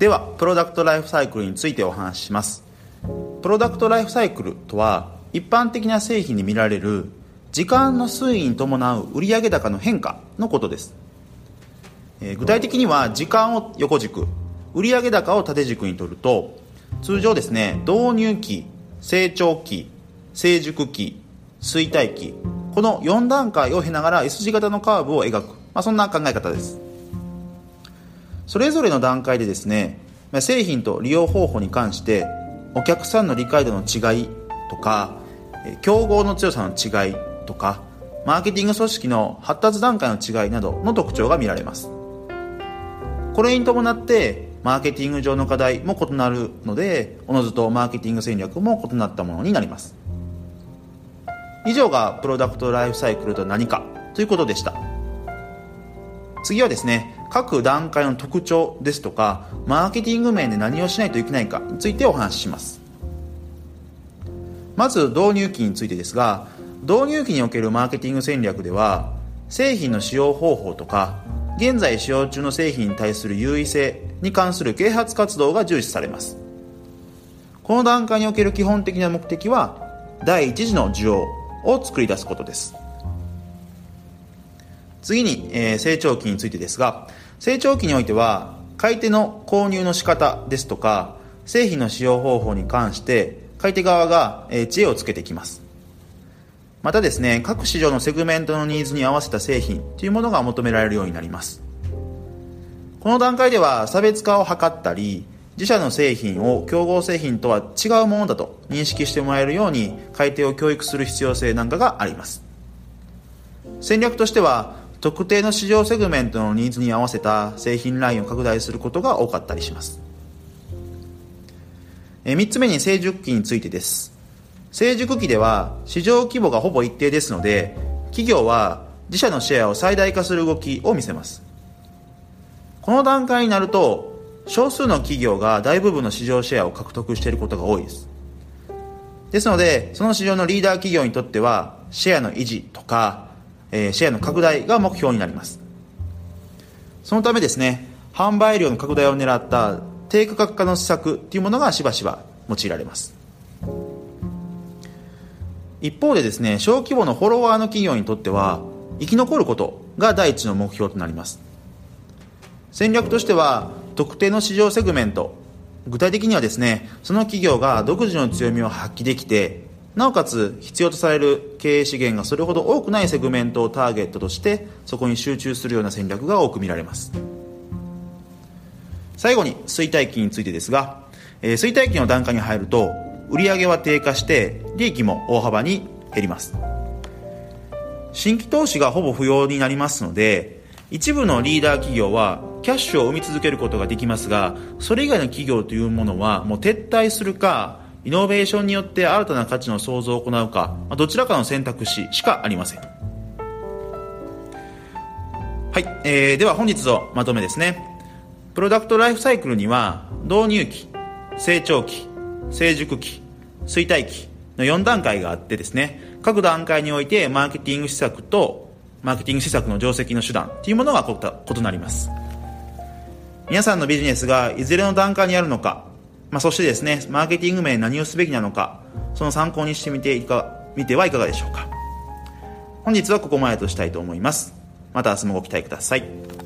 ではプロダクトライフサイクルについてお話しします。プロダクトライフサイクルとは、一般的な製品に見られる時間の推移に伴う売上高の変化のことです。具体的には時間を横軸、売上高を縦軸にとると、通常ですね、導入期、成長期、成熟期、衰退期、この4段階を経ながら S 字型のカーブを描く、そんな考え方です。それぞれの段階でですね、製品と利用方法に関してお客さんの理解度の違いとか、競合の強さの違いとか、マーケティング組織の発達段階の違いなどの特徴が見られます。これに伴ってマーケティング上の課題も異なるので、おのずとマーケティング戦略も異なったものになります。以上がプロダクトライフサイクルとは何かということでした。次はですね、各段階の特徴ですとか、マーケティング面で何をしないといけないかについてお話しします。まず導入期についてですが、導入期におけるマーケティング戦略では、製品の使用方法とか、現在使用中の製品に対する優位性に関する啓発活動が重視されます。この段階における基本的な目的は、第一次の需要を作り出すことです。次に、成長期についてですが、成長期においては買い手の購入の仕方ですとか、製品の使用方法に関して買い手側が知恵をつけてきます。またですね、各市場のセグメントのニーズに合わせた製品というものが求められるようになります。この段階では差別化を図ったり、自社の製品を競合製品とは違うものだと認識してもらえるように買い手を教育する必要性なんかがあります。戦略としては、特定の市場セグメントのニーズに合わせた製品ラインを拡大することが多かったりします。3つ目に成熟期についてです。成熟期では市場規模がほぼ一定ですので、企業は自社のシェアを最大化する動きを見せます。この段階になると、少数の企業が大部分の市場シェアを獲得していることが多いです。ですので、その市場のリーダー企業にとっては、シェアの維持とか、シェアの拡大が目標になります。そのためですね、販売量の拡大を狙った低価格化の施策というものがしばしば用いられます。一方でですね、小規模のフォロワーの企業にとっては、生き残ることが第一の目標となります。戦略としては、特定の市場セグメント、具体的にはですね、その企業が独自の強みを発揮できて、なおかつ必要とされる経営資源がそれほど多くないセグメントをターゲットとして、そこに集中するような戦略が多く見られます。最後に衰退期についてですが、衰退期の段階に入ると売上は低下して利益も大幅に減ります。新規投資がほぼ不要になりますので、一部のリーダー企業はキャッシュを生み続けることができますが、それ以外の企業というものはもう撤退するか、イノベーションによって新たな価値の創造を行うか、どちらかの選択肢しかありません。はい、では本日のまとめですね。プロダクトライフサイクルには、導入期、成長期、成熟期、衰退期の4段階があってですね、各段階においてマーケティング施策とマーケティング施策の定石の手段というものが異なります。皆さんのビジネスがいずれの段階にあるのか、そしてですね、マーケティング面何をすべきなのか、その参考にしてみてはいかがでしょうか。本日はここまでとしたいと思います。また明日もご期待ください。